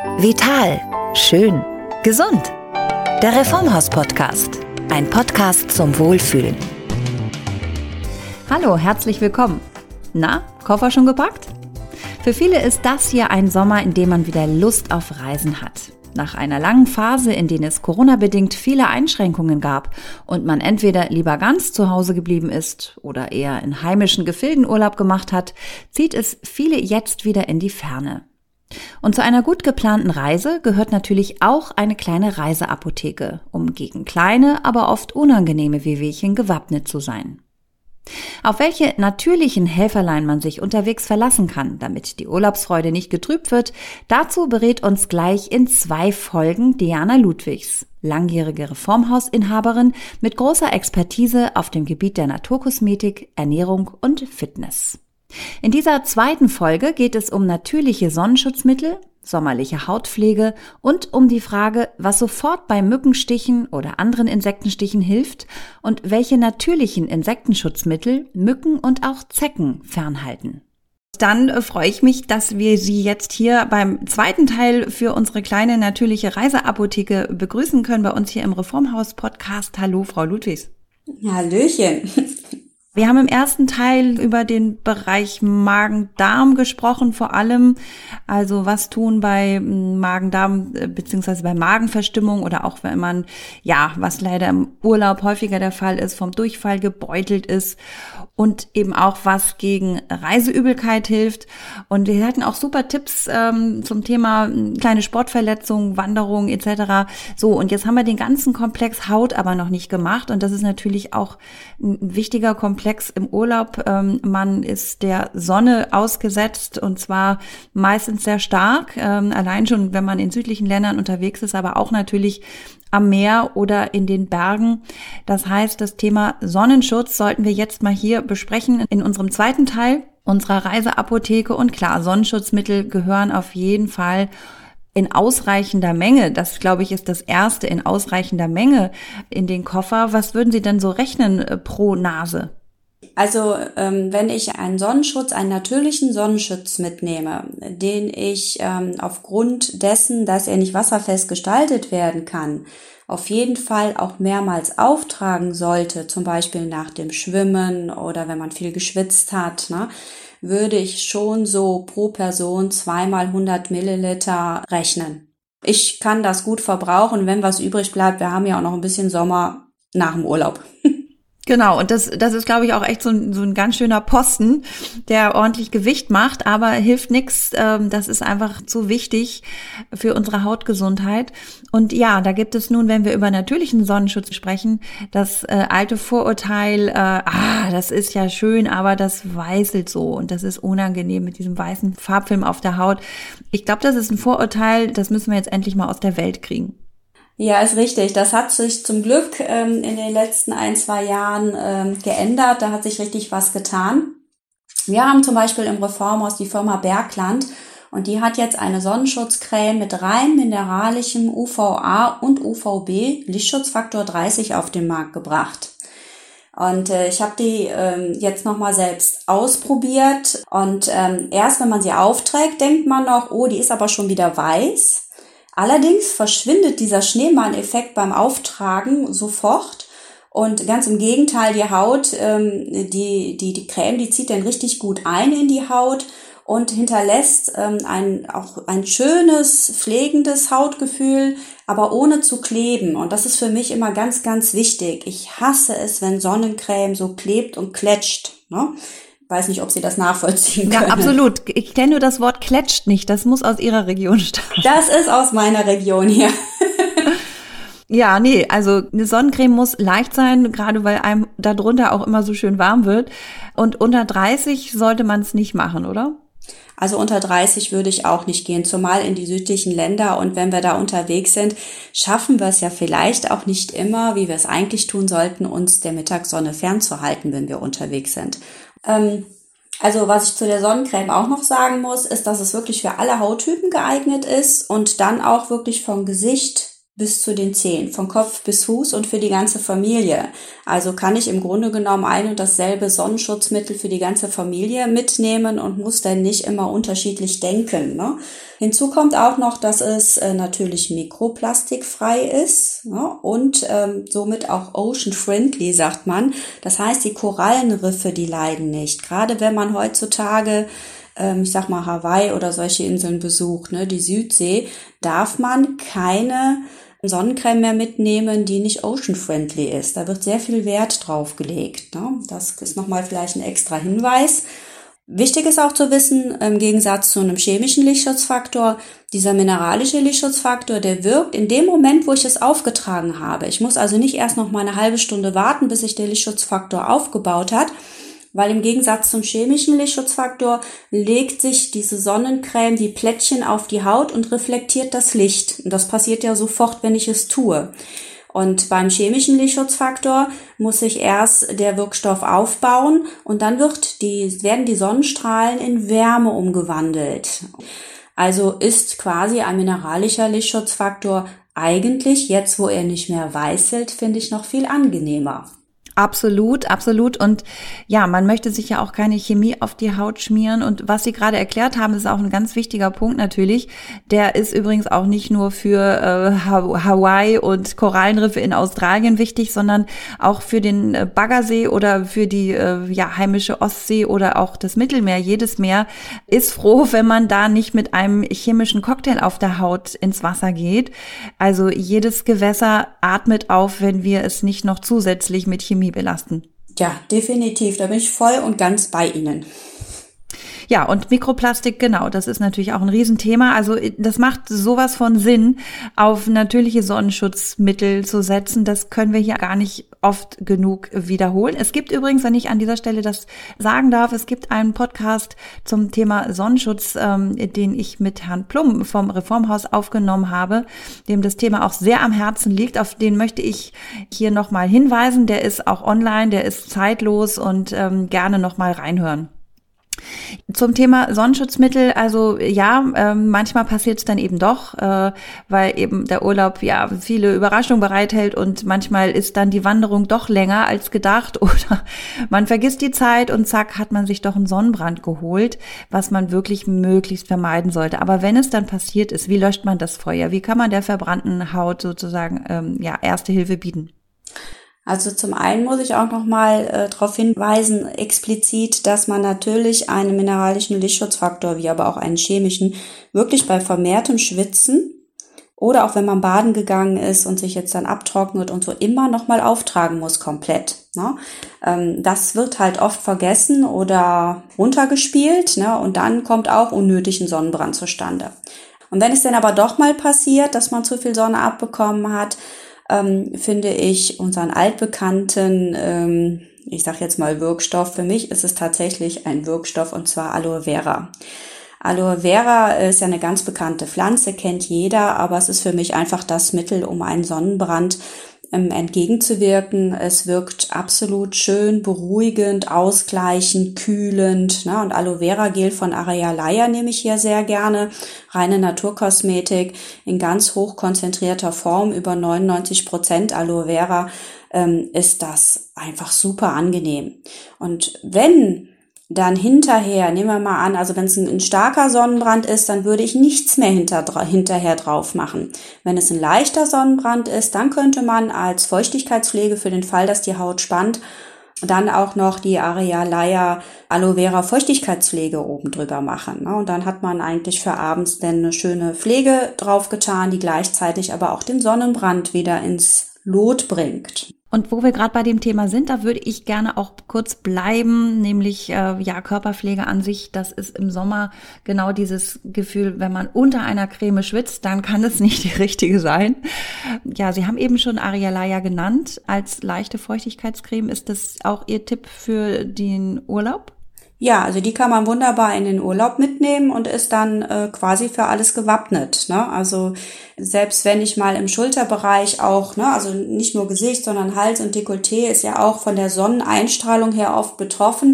Vital, schön, gesund. Der Reformhaus-Podcast. Ein Podcast zum Wohlfühlen. Hallo, herzlich willkommen. Na, Koffer schon gepackt? Für viele ist das hier ein Sommer, in dem man wieder Lust auf Reisen hat. Nach einer langen Phase, in der es Corona-bedingt viele Einschränkungen gab und man entweder lieber ganz zu Hause geblieben ist oder eher in heimischen Gefilden Urlaub gemacht hat, zieht es viele jetzt wieder in die Ferne. Und zu einer gut geplanten Reise gehört natürlich auch eine kleine Reiseapotheke, um gegen kleine, aber oft unangenehme Wehwehchen gewappnet zu sein. Auf welche natürlichen Helferlein man sich unterwegs verlassen kann, damit die Urlaubsfreude nicht getrübt wird, dazu berät uns gleich in 2 Folgen Diana Ludwigs, langjährige Reformhausinhaberin mit großer Expertise auf dem Gebiet der Naturkosmetik, Ernährung und Fitness. In dieser 2. Folge geht es um natürliche Sonnenschutzmittel, sommerliche Hautpflege und um die Frage, was sofort bei Mückenstichen oder anderen Insektenstichen hilft und welche natürlichen Insektenschutzmittel Mücken und auch Zecken fernhalten. Dann freue ich mich, dass wir Sie jetzt hier beim 2. Teil für unsere kleine natürliche Reiseapotheke begrüßen können bei uns hier im Reformhaus-Podcast. Hallo, Frau Ludwigs. Hallöchen. Wir haben im 1. Teil über den Bereich Magen-Darm gesprochen, vor allem, also was tun bei Magen-Darm beziehungsweise bei Magenverstimmung oder auch wenn man, was leider im Urlaub häufiger der Fall ist, vom Durchfall gebeutelt ist und eben auch was gegen Reiseübelkeit hilft. Und wir hatten auch super Tipps zum Thema kleine Sportverletzungen, Wanderung etc. So, und jetzt haben wir den ganzen Komplex Haut aber noch nicht gemacht und das ist natürlich auch ein wichtiger Komplex im Urlaub. Man ist der Sonne ausgesetzt und zwar meistens sehr stark, allein schon, wenn man in südlichen Ländern unterwegs ist, aber auch natürlich am Meer oder in den Bergen. Das heißt, das Thema Sonnenschutz sollten wir jetzt mal hier besprechen in unserem 2. Teil unserer Reiseapotheke. Und klar, Sonnenschutzmittel gehören auf jeden Fall in ausreichender Menge, das glaube ich ist das Erste, in ausreichender Menge in den Koffer. Was würden Sie denn so rechnen pro Nase? Also wenn ich einen natürlichen Sonnenschutz mitnehme, den ich aufgrund dessen, dass er nicht wasserfest gestaltet werden kann, auf jeden Fall auch mehrmals auftragen sollte, zum Beispiel nach dem Schwimmen oder wenn man viel geschwitzt hat, würde ich schon so pro Person 2-mal 100 Milliliter rechnen. Ich kann das gut verbrauchen, wenn was übrig bleibt. Wir haben ja auch noch ein bisschen Sommer nach dem Urlaub. Genau, und das ist, glaube ich, auch echt so ein ganz schöner Posten, der ordentlich Gewicht macht, aber hilft nichts. Das ist einfach zu wichtig für unsere Hautgesundheit. Und ja, da gibt es nun, wenn wir über natürlichen Sonnenschutz sprechen, das alte Vorurteil, das ist ja schön, aber das weißelt so und das ist unangenehm mit diesem weißen Farbfilm auf der Haut. Ich glaube, das ist ein Vorurteil, das müssen wir jetzt endlich mal aus der Welt kriegen. Ja, ist richtig. Das hat sich zum Glück in den letzten 1-2 Jahren geändert. Da hat sich richtig was getan. Wir haben zum Beispiel im Reformhaus die Firma Bergland und die hat jetzt eine Sonnenschutzcreme mit rein mineralischem UVA und UVB Lichtschutzfaktor 30 auf den Markt gebracht. Und ich habe die jetzt nochmal selbst ausprobiert und erst wenn man sie aufträgt, denkt man noch, oh, die ist aber schon wieder weiß. Allerdings verschwindet dieser Schneemann-Effekt beim Auftragen sofort und ganz im Gegenteil, die Haut, die Creme, die zieht dann richtig gut ein in die Haut und hinterlässt auch ein schönes, pflegendes Hautgefühl, aber ohne zu kleben. Und das ist für mich immer ganz, ganz wichtig. Ich hasse es, wenn Sonnencreme so klebt und kletscht, ne? Weiß nicht, ob Sie das nachvollziehen können. Ja, absolut. Ich kenne nur das Wort kletscht nicht. Das muss aus Ihrer Region stammen. Das ist aus meiner Region hier. Ja, nee, also eine Sonnencreme muss leicht sein, gerade weil einem darunter auch immer so schön warm wird. Und unter 30 sollte man es nicht machen, oder? Also unter 30 würde ich auch nicht gehen, zumal in die südlichen Länder. Und wenn wir da unterwegs sind, schaffen wir es ja vielleicht auch nicht immer, wie wir es eigentlich tun sollten, uns der Mittagssonne fernzuhalten, wenn wir unterwegs sind. Also was ich zu der Sonnencreme auch noch sagen muss, ist, dass es wirklich für alle Hauttypen geeignet ist und dann auch wirklich vom Gesicht bis zu den Zehen, von Kopf bis Fuß und für die ganze Familie. Also kann ich im Grunde genommen ein und dasselbe Sonnenschutzmittel für die ganze Familie mitnehmen und muss dann nicht immer unterschiedlich denken, ne? Hinzu kommt auch noch, dass es natürlich mikroplastikfrei ist, ne? Und somit auch ocean-friendly, sagt man. Das heißt, die Korallenriffe, die leiden nicht. Gerade wenn man heutzutage ich sag mal Hawaii oder solche Inseln besucht, ne, die Südsee, darf man keine Sonnencreme mehr mitnehmen, die nicht ocean-friendly ist. Da wird sehr viel Wert drauf gelegt, ne? Das ist nochmal vielleicht ein extra Hinweis. Wichtig ist auch zu wissen, im Gegensatz zu einem chemischen Lichtschutzfaktor, dieser mineralische Lichtschutzfaktor, der wirkt in dem Moment, wo ich es aufgetragen habe. Ich muss also nicht erst noch mal eine halbe Stunde warten, bis sich der Lichtschutzfaktor aufgebaut hat, weil im Gegensatz zum chemischen Lichtschutzfaktor legt sich diese Sonnencreme, die Plättchen auf die Haut und reflektiert das Licht. Und das passiert ja sofort, wenn ich es tue. Und beim chemischen Lichtschutzfaktor muss sich erst der Wirkstoff aufbauen und dann werden die Sonnenstrahlen in Wärme umgewandelt. Also ist quasi ein mineralischer Lichtschutzfaktor eigentlich, jetzt wo er nicht mehr weißelt, finde ich noch viel angenehmer. Absolut, absolut. Und ja, man möchte sich ja auch keine Chemie auf die Haut schmieren. Und was Sie gerade erklärt haben, ist auch ein ganz wichtiger Punkt natürlich. Der ist übrigens auch nicht nur für Hawaii und Korallenriffe in Australien wichtig, sondern auch für den Baggersee oder für die heimische Ostsee oder auch das Mittelmeer. Jedes Meer ist froh, wenn man da nicht mit einem chemischen Cocktail auf der Haut ins Wasser geht. Also jedes Gewässer atmet auf, wenn wir es nicht noch zusätzlich mit Chemie belasten. Ja, definitiv. Da bin ich voll und ganz bei Ihnen. Ja, und Mikroplastik, genau, das ist natürlich auch ein Riesenthema. Also das macht sowas von Sinn, auf natürliche Sonnenschutzmittel zu setzen. Das können wir hier gar nicht oft genug wiederholen. Es gibt übrigens, wenn ich an dieser Stelle das sagen darf, es gibt einen Podcast zum Thema Sonnenschutz, den ich mit Herrn Plum vom Reformhaus aufgenommen habe, dem das Thema auch sehr am Herzen liegt. Auf den möchte ich hier nochmal hinweisen. Der ist auch online, der ist zeitlos und gerne nochmal reinhören. Zum Thema Sonnenschutzmittel, also ja, manchmal passiert es dann eben doch, weil eben der Urlaub ja viele Überraschungen bereithält und manchmal ist dann die Wanderung doch länger als gedacht oder man vergisst die Zeit und zack, hat man sich doch einen Sonnenbrand geholt, was man wirklich möglichst vermeiden sollte. Aber wenn es dann passiert ist, wie löscht man das Feuer? Wie kann man der verbrannten Haut sozusagen erste Hilfe bieten? Also zum einen muss ich auch nochmal darauf hinweisen, explizit, dass man natürlich einen mineralischen Lichtschutzfaktor, wie aber auch einen chemischen, wirklich bei vermehrtem Schwitzen oder auch wenn man baden gegangen ist und sich jetzt dann abtrocknet und so immer nochmal auftragen muss komplett, ne? Das wird halt oft vergessen oder runtergespielt, ne? Und dann kommt auch unnötig ein Sonnenbrand zustande. Und wenn es dann aber doch mal passiert, dass man zu viel Sonne abbekommen hat, finde ich unseren altbekannten, ich sage jetzt mal Wirkstoff, für mich ist es tatsächlich ein Wirkstoff und zwar Aloe Vera. Aloe Vera ist ja eine ganz bekannte Pflanze, kennt jeder, aber es ist für mich einfach das Mittel, um einen Sonnenbrand entgegenzuwirken. Es wirkt absolut schön, beruhigend, ausgleichend, kühlend, ne? Und Aloe Vera Gel von Arealaya nehme ich hier sehr gerne. Reine Naturkosmetik in ganz hoch konzentrierter Form, über 99% Aloe Vera, ist das einfach super angenehm. Und wenn dann hinterher, nehmen wir mal an, also wenn es ein starker Sonnenbrand ist, dann würde ich nichts mehr hinterher drauf machen. Wenn es ein leichter Sonnenbrand ist, dann könnte man als Feuchtigkeitspflege für den Fall, dass die Haut spannt, dann auch noch die Arealaya Aloe Vera Feuchtigkeitspflege oben drüber machen. Und dann hat man eigentlich für abends dann eine schöne Pflege draufgetan, die gleichzeitig aber auch den Sonnenbrand wieder ins Lot bringt. Und wo wir gerade bei dem Thema sind, da würde ich gerne auch kurz bleiben, nämlich Körperpflege an sich. Das ist im Sommer genau dieses Gefühl, wenn man unter einer Creme schwitzt, dann kann es nicht die richtige sein. Ja, Sie haben eben schon Arealaya genannt als leichte Feuchtigkeitscreme. Ist das auch Ihr Tipp für den Urlaub? Ja, also die kann man wunderbar in den Urlaub mitnehmen und ist dann quasi für alles gewappnet, ne? Also selbst wenn ich mal im Schulterbereich auch, ne, also nicht nur Gesicht, sondern Hals und Dekolleté ist ja auch von der Sonneneinstrahlung her oft betroffen.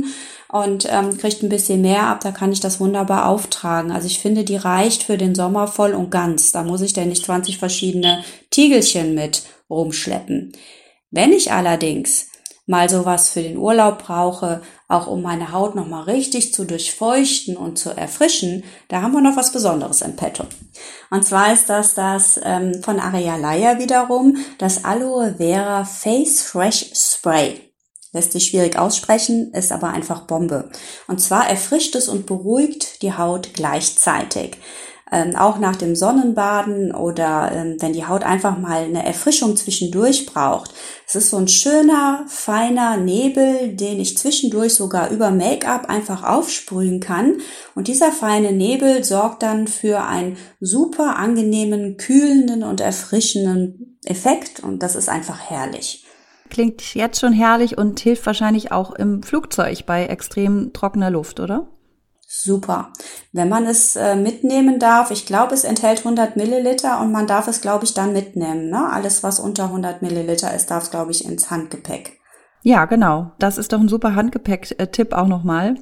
und kriegt ein bisschen mehr ab, da kann ich das wunderbar auftragen. Also ich finde, die reicht für den Sommer voll und ganz. Da muss ich denn nicht 20 verschiedene Tiegelchen mit rumschleppen. Wenn ich allerdings mal sowas für den Urlaub brauche, auch um meine Haut nochmal richtig zu durchfeuchten und zu erfrischen, da haben wir noch was Besonderes im Petto. Und zwar ist das von Arealaya wiederum, das Aloe Vera Face Fresh Spray. Lässt sich schwierig aussprechen, ist aber einfach Bombe. Und zwar erfrischt es und beruhigt die Haut gleichzeitig. Auch nach dem Sonnenbaden oder wenn die Haut einfach mal eine Erfrischung zwischendurch braucht. Es ist so ein schöner, feiner Nebel, den ich zwischendurch sogar über Make-up einfach aufsprühen kann. Und dieser feine Nebel sorgt dann für einen super angenehmen, kühlenden und erfrischenden Effekt. Und das ist einfach herrlich. Klingt jetzt schon herrlich und hilft wahrscheinlich auch im Flugzeug bei extrem trockener Luft, oder? Super. Wenn man es mitnehmen darf, ich glaube, es enthält 100 Milliliter und man darf es, glaube ich, dann mitnehmen. Ne? Alles, was unter 100 Milliliter ist, darf es, glaube ich, ins Handgepäck. Ja, genau. Das ist doch ein super Handgepäck-Tipp auch nochmal.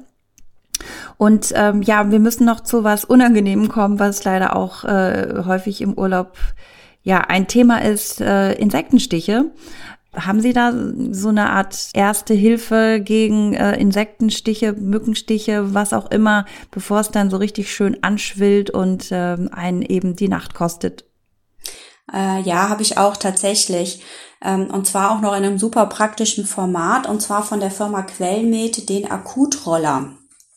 Und wir müssen noch zu was Unangenehmem kommen, was leider auch häufig im Urlaub ein Thema ist, Insektenstiche. Haben Sie da so eine Art erste Hilfe gegen Insektenstiche, Mückenstiche, was auch immer, bevor es dann so richtig schön anschwillt und einen eben die Nacht kostet? Ja, habe ich auch tatsächlich. Und zwar auch noch in einem super praktischen Format, und zwar von der Firma Quellmed, den Akutroller.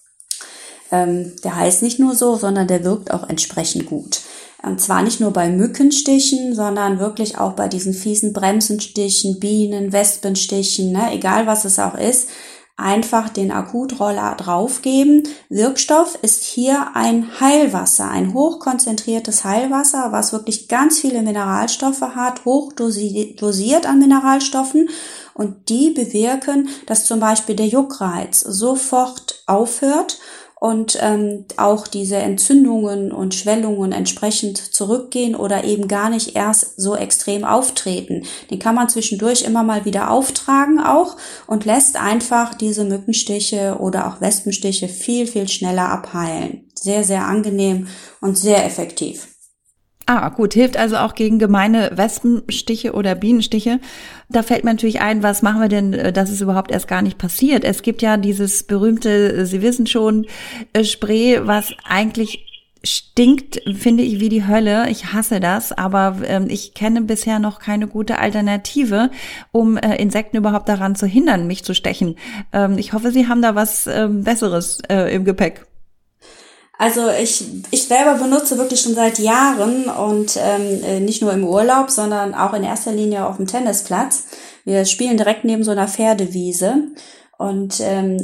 Der heißt nicht nur so, sondern der wirkt auch entsprechend gut. Und zwar nicht nur bei Mückenstichen, sondern wirklich auch bei diesen fiesen Bremsenstichen, Bienen, Wespenstichen, ne, egal was es auch ist, einfach den Akutroller draufgeben. Wirkstoff ist hier ein Heilwasser, ein hochkonzentriertes Heilwasser, was wirklich ganz viele Mineralstoffe hat, hoch dosiert an Mineralstoffen, und die bewirken, dass zum Beispiel der Juckreiz sofort aufhört und auch diese Entzündungen und Schwellungen entsprechend zurückgehen oder eben gar nicht erst so extrem auftreten. Den kann man zwischendurch immer mal wieder auftragen auch und lässt einfach diese Mückenstiche oder auch Wespenstiche viel, viel schneller abheilen. Sehr, sehr angenehm und sehr effektiv. Ah, gut, hilft also auch gegen gemeine Wespenstiche oder Bienenstiche. Da fällt mir natürlich ein, was machen wir denn, dass es überhaupt erst gar nicht passiert? Es gibt ja dieses berühmte, Sie wissen schon, Spray, was eigentlich stinkt, finde ich, wie die Hölle. Ich hasse das, aber ich kenne bisher noch keine gute Alternative, um Insekten überhaupt daran zu hindern, mich zu stechen. Ich hoffe, Sie haben da was Besseres im Gepäck. Also ich selber benutze wirklich schon seit Jahren und nicht nur im Urlaub, sondern auch in erster Linie auf dem Tennisplatz. Wir spielen direkt neben so einer Pferdewiese und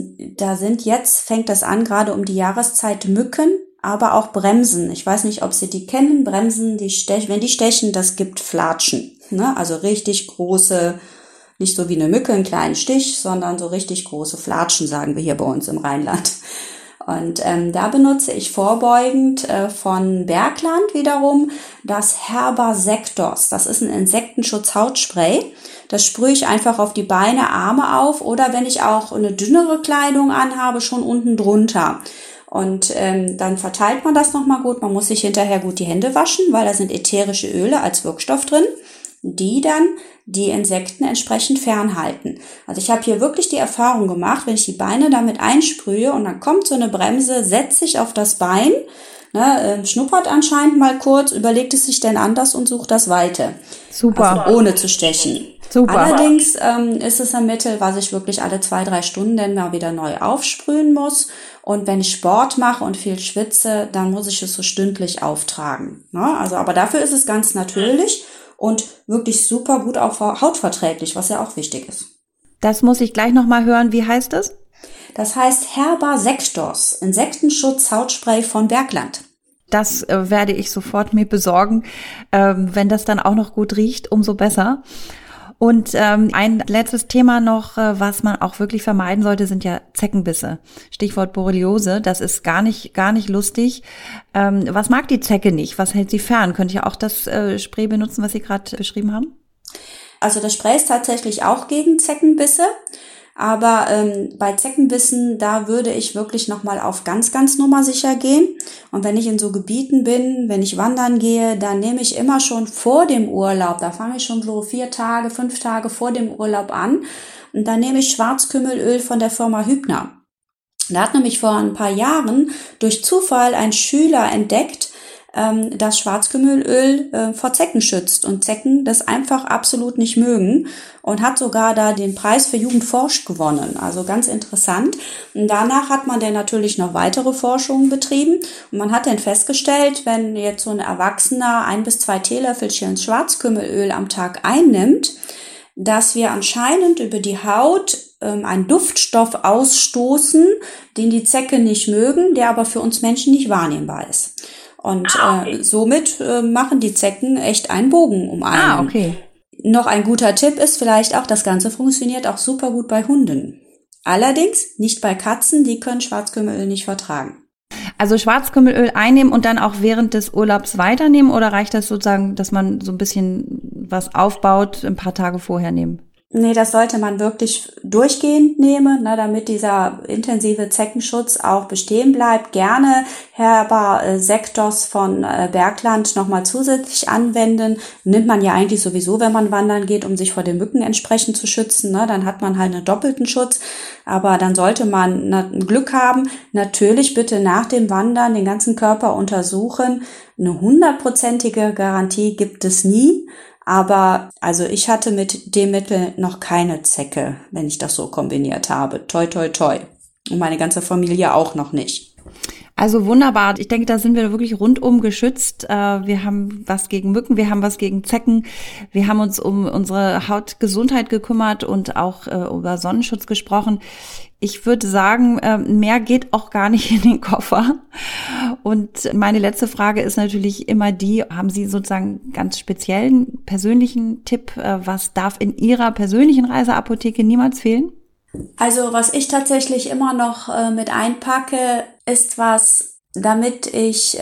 fängt das an, gerade um die Jahreszeit, Mücken, aber auch Bremsen. Ich weiß nicht, ob Sie die kennen. Bremsen, wenn die stechen, das gibt Flatschen. Ne? Also richtig große, nicht so wie eine Mücke, einen kleinen Stich, sondern so richtig große Flatschen, sagen wir hier bei uns im Rheinland. Und da benutze ich vorbeugend von Bergland wiederum das Herbasectos. Das ist ein Insektenschutz-Hautspray. Das sprühe ich einfach auf die Beine, Arme auf, oder wenn ich auch eine dünnere Kleidung anhabe, schon unten drunter. Und dann verteilt man das nochmal gut. Man muss sich hinterher gut die Hände waschen, weil da sind ätherische Öle als Wirkstoff drin, die dann die Insekten entsprechend fernhalten. Also ich habe hier wirklich die Erfahrung gemacht, wenn ich die Beine damit einsprühe und dann kommt so eine Bremse, setzt sich auf das Bein, schnuppert anscheinend mal kurz, überlegt es sich dann anders und sucht das Weite. Super. Also ohne zu stechen. Super. Allerdings ist es ein Mittel, was ich wirklich alle 2-3 Stunden dann mal wieder neu aufsprühen muss. Und wenn ich Sport mache und viel schwitze, dann muss ich es so stündlich auftragen. Also, aber dafür ist es ganz natürlich und wirklich super gut auch hautverträglich, was ja auch wichtig ist. Das muss ich gleich nochmal hören. Wie heißt es? Das heißt Herbasectos, Insektenschutz-Hautspray von Bergland. Das werde ich sofort mir besorgen. Wenn das dann auch noch gut riecht, umso besser. Und ein letztes Thema noch, was man auch wirklich vermeiden sollte, sind ja Zeckenbisse. Stichwort Borreliose, das ist gar nicht lustig. Was mag die Zecke nicht? Was hält sie fern? Könnte ich auch das Spray benutzen, was Sie gerade beschrieben haben? Also das Spray ist tatsächlich auch gegen Zeckenbisse. Aber bei Zeckenbissen, da würde ich wirklich nochmal auf ganz, ganz nummersicher gehen. Und wenn ich in so Gebieten bin, wenn ich wandern gehe, dann nehme ich immer schon vor dem Urlaub, da fange ich schon so 4 Tage, 5 Tage vor dem Urlaub an. Und dann nehme ich Schwarzkümmelöl von der Firma Hübner. Da hat nämlich vor ein paar Jahren durch Zufall ein Schüler entdeckt, dass Schwarzkümmelöl vor Zecken schützt und Zecken das einfach absolut nicht mögen und hat sogar da den Preis für Jugend forscht gewonnen. Also ganz interessant. Und danach hat man dann natürlich noch weitere Forschungen betrieben und man hat dann festgestellt, wenn jetzt so ein Erwachsener 1 bis 2 Teelöffelchen Schwarzkümmelöl am Tag einnimmt, dass wir anscheinend über die Haut einen Duftstoff ausstoßen, den die Zecke nicht mögen, der aber für uns Menschen nicht wahrnehmbar ist. Und somit machen die Zecken echt einen Bogen um einen. Okay. Noch ein guter Tipp ist vielleicht auch, das Ganze funktioniert auch super gut bei Hunden. Allerdings nicht bei Katzen, die können Schwarzkümmelöl nicht vertragen. Also Schwarzkümmelöl einnehmen und dann auch während des Urlaubs weiternehmen oder reicht das sozusagen, dass man so ein bisschen was aufbaut, ein paar Tage vorher nehmen? Nee, das sollte man wirklich durchgehend nehmen, damit dieser intensive Zeckenschutz auch bestehen bleibt. Gerne Herba Sectos von Bergland nochmal zusätzlich anwenden. Nimmt man ja eigentlich sowieso, wenn man wandern geht, um sich vor den Mücken entsprechend zu schützen. Dann hat man halt einen doppelten Schutz. Aber dann sollte man Glück haben. Natürlich bitte nach dem Wandern den ganzen Körper untersuchen. Eine 100%ige Garantie gibt es nie. Aber also ich hatte mit dem Mittel noch keine Zecke, wenn ich das so kombiniert habe. Toi, toi, toi. Und meine ganze Familie auch noch nicht. Also wunderbar. Ich denke, da sind wir wirklich rundum geschützt. Wir haben was gegen Mücken, wir haben was gegen Zecken. Wir haben uns um unsere Hautgesundheit gekümmert und auch über Sonnenschutz gesprochen. Ich würde sagen, mehr geht auch gar nicht in den Koffer. Und meine letzte Frage ist natürlich immer die, haben Sie sozusagen ganz speziellen persönlichen Tipp, was darf in Ihrer persönlichen Reiseapotheke niemals fehlen? Also was ich tatsächlich immer noch mit einpacke, ist was, damit ich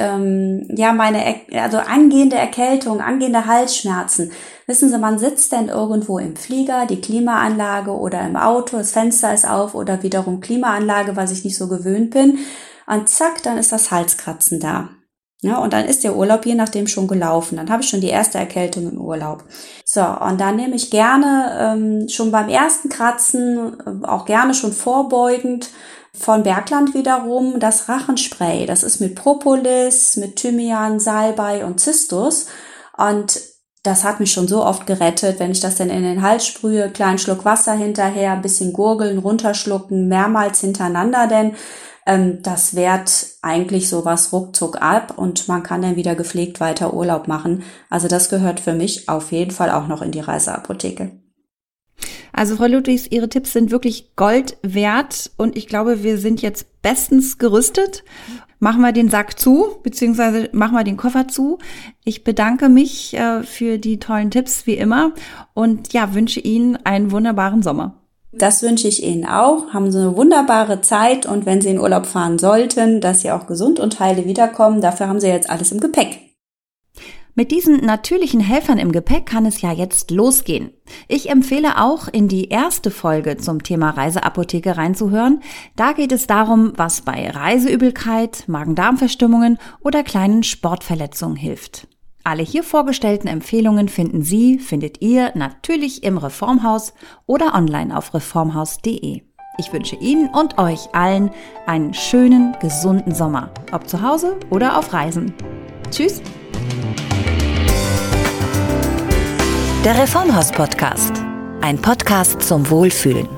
also angehende Erkältung, angehende Halsschmerzen. Wissen Sie, man sitzt dann irgendwo im Flieger, die Klimaanlage oder im Auto, das Fenster ist auf oder wiederum Klimaanlage, was ich nicht so gewöhnt bin. Und zack, dann ist das Halskratzen da. Ja, und dann ist der Urlaub je nachdem schon gelaufen. Dann habe ich schon die erste Erkältung im Urlaub. So, und dann nehme ich gerne schon beim ersten Kratzen, auch gerne schon vorbeugend, von Bergland wiederum das Rachenspray. Das ist mit Propolis, mit Thymian, Salbei und Zistus. Und das hat mich schon so oft gerettet, wenn ich das dann in den Hals sprühe, kleinen Schluck Wasser hinterher, ein bisschen gurgeln, runterschlucken, mehrmals hintereinander, denn das wehrt eigentlich sowas ruckzuck ab und man kann dann wieder gepflegt weiter Urlaub machen. Also das gehört für mich auf jeden Fall auch noch in die Reiseapotheke. Also Frau Ludwigs, Ihre Tipps sind wirklich Gold wert und ich glaube, wir sind jetzt bestens gerüstet. Machen wir den Sack zu, beziehungsweise machen wir den Koffer zu. Ich bedanke mich für die tollen Tipps wie immer und ja, wünsche Ihnen einen wunderbaren Sommer. Das wünsche ich Ihnen auch. Haben Sie eine wunderbare Zeit und wenn Sie in Urlaub fahren sollten, dass Sie auch gesund und heile wiederkommen. Dafür haben Sie jetzt alles im Gepäck. Mit diesen natürlichen Helfern im Gepäck kann es ja jetzt losgehen. Ich empfehle auch, in die erste Folge zum Thema Reiseapotheke reinzuhören. Da geht es darum, was bei Reiseübelkeit, Magen-Darm-Verstimmungen oder kleinen Sportverletzungen hilft. Alle hier vorgestellten Empfehlungen findet ihr natürlich im Reformhaus oder online auf reformhaus.de. Ich wünsche Ihnen und euch allen einen schönen, gesunden Sommer, ob zu Hause oder auf Reisen. Tschüss! Der Reformhaus-Podcast. Ein Podcast zum Wohlfühlen.